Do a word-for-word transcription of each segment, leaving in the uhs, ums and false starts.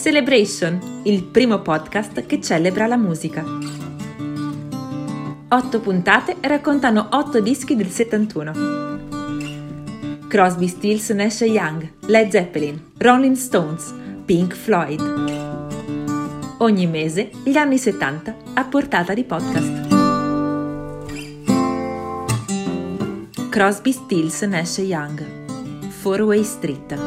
Celebration, il primo podcast che celebra la musica. Otto puntate raccontano otto dischi del settantuno. Crosby, Stills, Nash e Young, Led Zeppelin, Rolling Stones, Pink Floyd. Ogni mese gli anni settanta a portata di podcast. Crosby, Stills, Nash e Young, Four Way Street.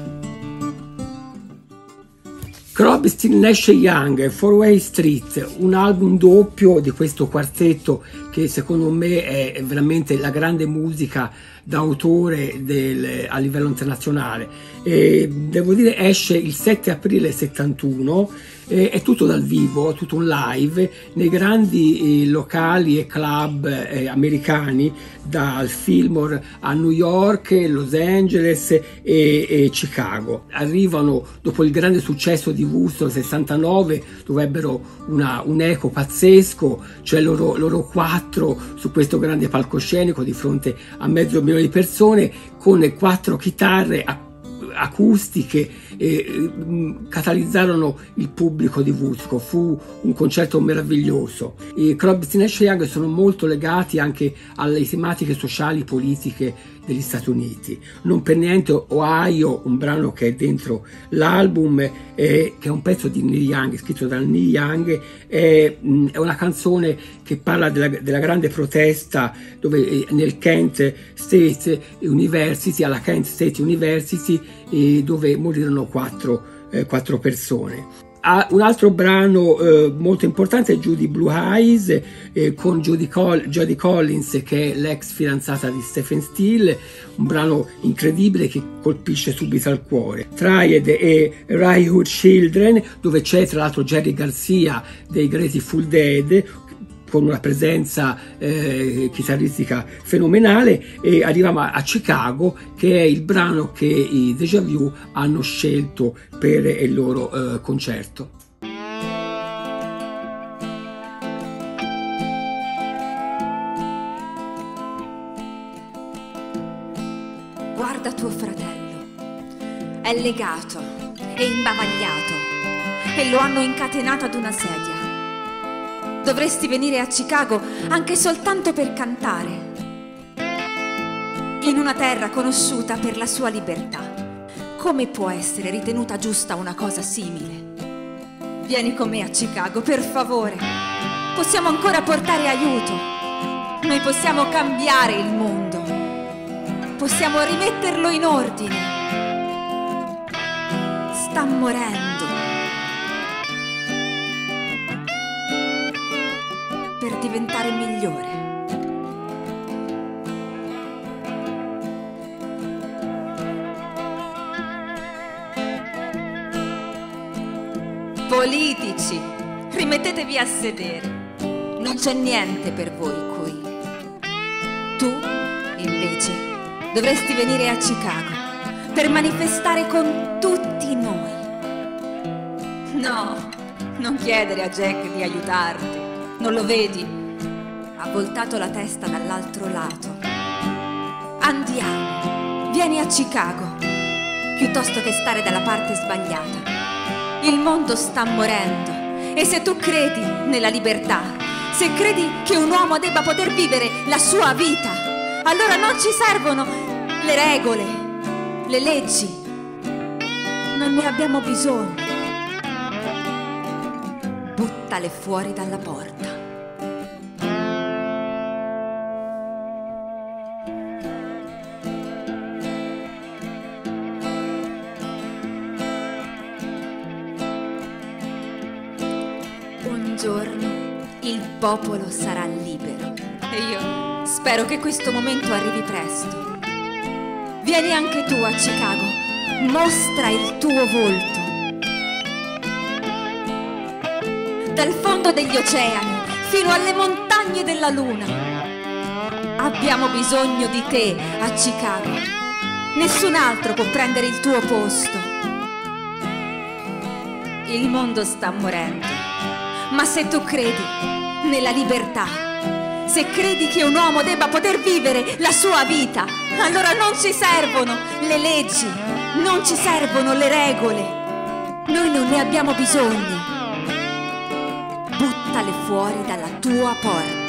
Crosby, Stills, Nash e Young, Four Way Street, un album doppio di questo quartetto che secondo me è veramente la grande musica d'autore del, a livello internazionale. E devo dire esce il sette aprile settantuno, eh, è tutto dal vivo, tutto un live nei grandi eh, locali e club eh, americani, dal Fillmore a New York, Los Angeles e, e Chicago. Arrivano dopo il grande successo di Woodstock sessantanove, dove ebbero una, un eco pazzesco, cioè loro, loro quattro su questo grande palcoscenico di fronte a mezzo milione di persone con quattro chitarre acustiche, eh, catalizzarono il pubblico di Woodstock. Fu un concerto meraviglioso. I Crosby, Stills, Nash e Young sono molto legati anche alle tematiche sociali politiche degli Stati Uniti. Non per niente Ohio, un brano che è dentro l'album, eh, che è un pezzo di Neil Young, scritto da Neil Young, è, è una canzone che parla della, della grande protesta dove eh, nel Kent State University, alla Kent State University, eh, dove morirono quattro, eh, quattro persone. Ah, un altro brano eh, molto importante è Judy Blue Eyes, eh, con Judy, Col- Judy Collins, che è l'ex fidanzata di Stephen Stills, un brano incredibile che colpisce subito al cuore. Triad e Rhywood Children, dove c'è tra l'altro Jerry Garcia dei Grateful Dead, con una presenza eh, chitarristica fenomenale, e arriviamo a Chicago, che è il brano che i Deja Vu hanno scelto per il loro eh, concerto. Guarda tuo fratello, è legato e imbavagliato e lo hanno incatenato ad una sedia. Dovresti venire a Chicago anche soltanto per cantare, in una terra conosciuta per la sua libertà. Come può essere ritenuta giusta una cosa simile? Vieni con me a Chicago, per favore. Possiamo ancora portare aiuto. Noi possiamo cambiare il mondo. Possiamo rimetterlo in ordine. Sta morendo. Per diventare migliore. Politici, rimettetevi a sedere. Non c'è niente per voi qui. Tu, invece, dovresti venire a Chicago per manifestare con tutti noi. No, non chiedere a Jack di aiutarti. Non lo vedi? Ha voltato la testa dall'altro lato. Andiamo, vieni a Chicago, piuttosto che stare dalla parte sbagliata. Il mondo sta morendo e se tu credi nella libertà, se credi che un uomo debba poter vivere la sua vita, allora non ci servono le regole, le leggi. Non ne abbiamo bisogno. Buttale fuori dalla porta. Un giorno il popolo sarà libero e io spero che questo momento arrivi presto. Vieni anche tu a Chicago, mostra il tuo volto. Dal fondo degli oceani fino alle montagne della luna. Abbiamo bisogno di te a Chicago. Nessun altro può prendere il tuo posto. Il mondo sta morendo, ma se tu credi nella libertà, se credi che un uomo debba poter vivere la sua vita, allora non ci servono le leggi, non ci servono le regole. Noi non ne abbiamo bisogno. Buttale fuori dalla tua porta.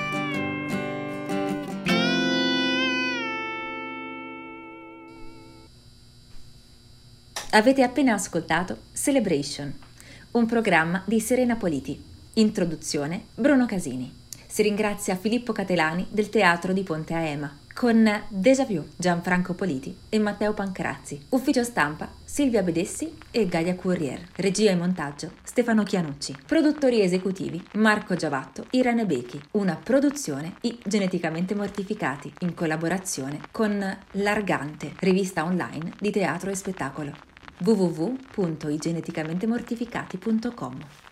Avete appena ascoltato Celebration, un programma di Serena Politi. Introduzione Bruno Casini. Si ringrazia Filippo Catelani del Teatro di Ponte a Ema, con Déjà Vu Gianfranco Politi e Matteo Pancrazzi. Ufficio stampa Silvia Bedessi e Gaia Courier. Regia e montaggio Stefano Chianucci. Produttori esecutivi Marco Giavatto, Irene Becchi. Una produzione I Geneticamente Mortificati in collaborazione con L'Argante, rivista online di teatro e spettacolo. w w w punto i geneticamente mortificati punto com